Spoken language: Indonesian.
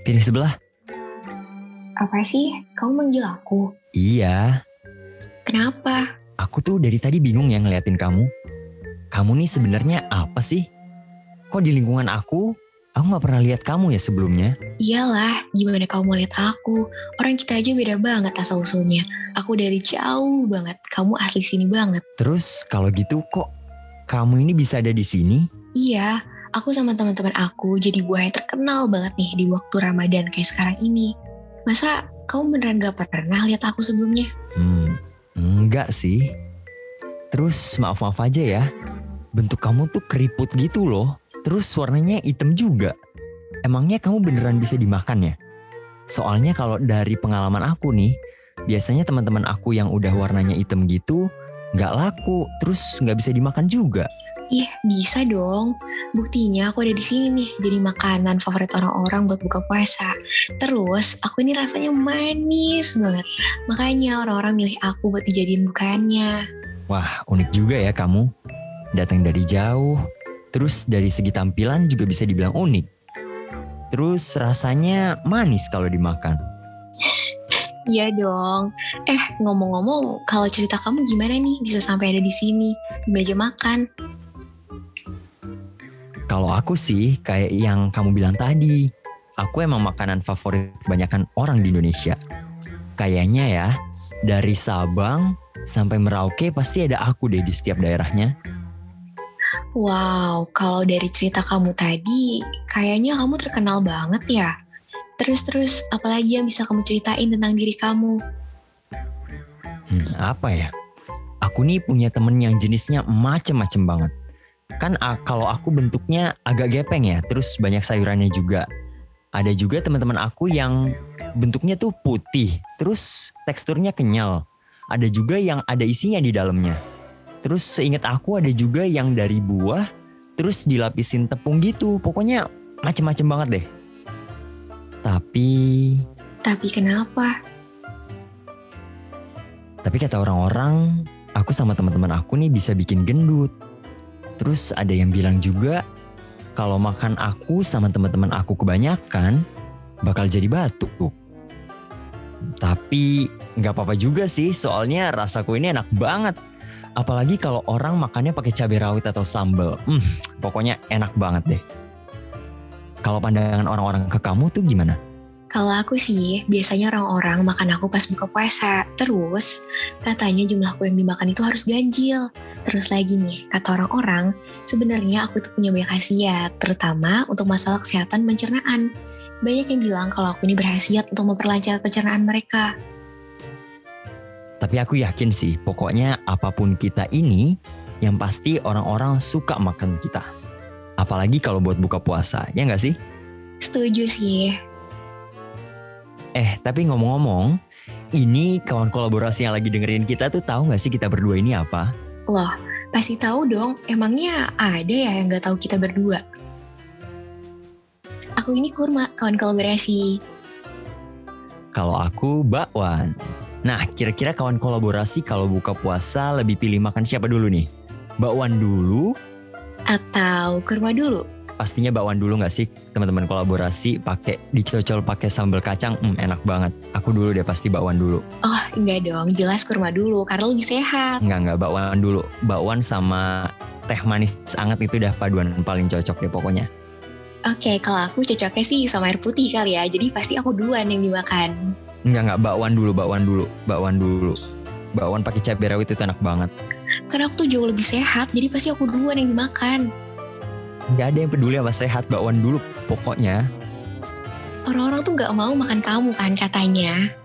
Piring sebelah. Apa sih? Kamu manggil aku? Iya, Kenapa? aku tuh dari tadi bingung ya ngeliatin kamu. Kamu nih sebenarnya apa sih? Kok di lingkungan aku gak pernah lihat kamu ya sebelumnya? Iyalah, gimana kamu mau lihat aku? Orang kita aja beda banget asal-usulnya. Aku dari jauh banget, kamu asli sini banget. Terus kalau gitu kok kamu ini bisa ada di sini? Iya, aku sama teman-teman aku jadi buah yang terkenal banget nih di waktu Ramadan kayak sekarang ini. Masa kamu beneran gak pernah lihat aku sebelumnya? Enggak sih. Terus maaf-maaf aja ya. Bentuk kamu tuh keriput gitu loh. Terus warnanya hitam juga. Emangnya kamu beneran bisa dimakan ya? Soalnya kalau dari pengalaman aku nih, biasanya teman-teman aku yang udah warnanya hitam gitu nggak laku, terus nggak bisa dimakan juga. Ih, bisa dong. Buktinya aku ada di sini nih, jadi makanan favorit orang-orang buat buka puasa. Terus, aku ini rasanya manis banget. Makanya orang-orang milih aku buat dijadiin bukaannya. Wah, unik juga ya kamu. Datang dari jauh, terus dari segi tampilan juga bisa dibilang unik. Terus rasanya manis kalau dimakan. Iya dong. Ngomong-ngomong, kalau cerita kamu gimana nih bisa sampai ada di sini, di meja makan? Kalau aku sih kayak yang kamu bilang tadi, aku emang makanan favorit kebanyakan orang di Indonesia. Kayaknya ya, dari Sabang sampai Merauke pasti ada aku deh di setiap daerahnya. Wow, kalau dari cerita kamu tadi, kayaknya kamu terkenal banget ya. Terus, apalagi yang bisa kamu ceritain tentang diri kamu? Apa ya? Aku nih punya temen yang jenisnya macem-macem banget. Kan kalau aku bentuknya agak gepeng ya, terus banyak sayurannya juga. Ada juga teman-teman aku yang bentuknya tuh putih, terus teksturnya kenyal. Ada juga yang ada isinya di dalamnya. Terus seingat aku ada juga yang dari buah, terus dilapisin tepung gitu. Pokoknya macem-macem banget deh. Tapi kenapa? Tapi kata orang-orang, aku sama teman-teman aku nih bisa bikin gendut. Terus ada yang bilang juga, kalau makan aku sama teman-teman aku kebanyakan, bakal jadi batuk. Tapi gak apa-apa juga sih, soalnya rasaku ini enak banget. Apalagi kalau orang makannya pakai cabai rawit atau sambal. Pokoknya enak banget deh. Kalau pandangan orang-orang ke kamu tuh gimana? Kalau aku sih, biasanya orang-orang makan aku pas buka puasa. Terus, katanya jumlah kue yang dimakan itu harus ganjil. Terus lagi nih, kata orang-orang, sebenarnya aku tuh punya banyak khasiat, terutama untuk masalah kesehatan pencernaan. Banyak yang bilang kalau aku ini berkhasiat untuk memperlancar pencernaan mereka. Tapi aku yakin sih, pokoknya apapun kita ini, yang pasti orang-orang suka makan kita. Apalagi kalau buat buka puasa, ya nggak sih? Setuju sih. Tapi ngomong-ngomong, ini kawan kolaborasi yang lagi dengerin kita tuh tahu nggak sih kita berdua ini apa? Loh, pasti tahu dong. Emangnya ada ya yang nggak tahu kita berdua? Aku ini Kurma, kawan kolaborasi. Kalau aku bakwan. Nah, kira-kira kawan kolaborasi kalau buka puasa lebih pilih makan siapa dulu nih? Bakwan dulu? Atau kurma dulu? Pastinya bakwan dulu gak sih? Teman-teman kolaborasi dicocol pakai sambal kacang, enak banget. Aku dulu deh pasti bakwan dulu. Oh, enggak dong. Jelas kurma dulu, karena lebih sehat. Enggak, bakwan dulu. Bakwan sama teh manis anget itu udah paduan paling cocok deh pokoknya. Oke, kalau aku cocoknya sih sama air putih kali ya. Jadi pasti aku duluan yang dimakan. Enggak, bakwan dulu. Bakwan pakai cabai rawit itu enak banget. Karena aku tuh jauh lebih sehat, jadi pasti aku duluan yang dimakan. Gak ada yang peduli sama sehat, bakwan dulu pokoknya. Orang-orang tuh gak mau makan kamu kan katanya.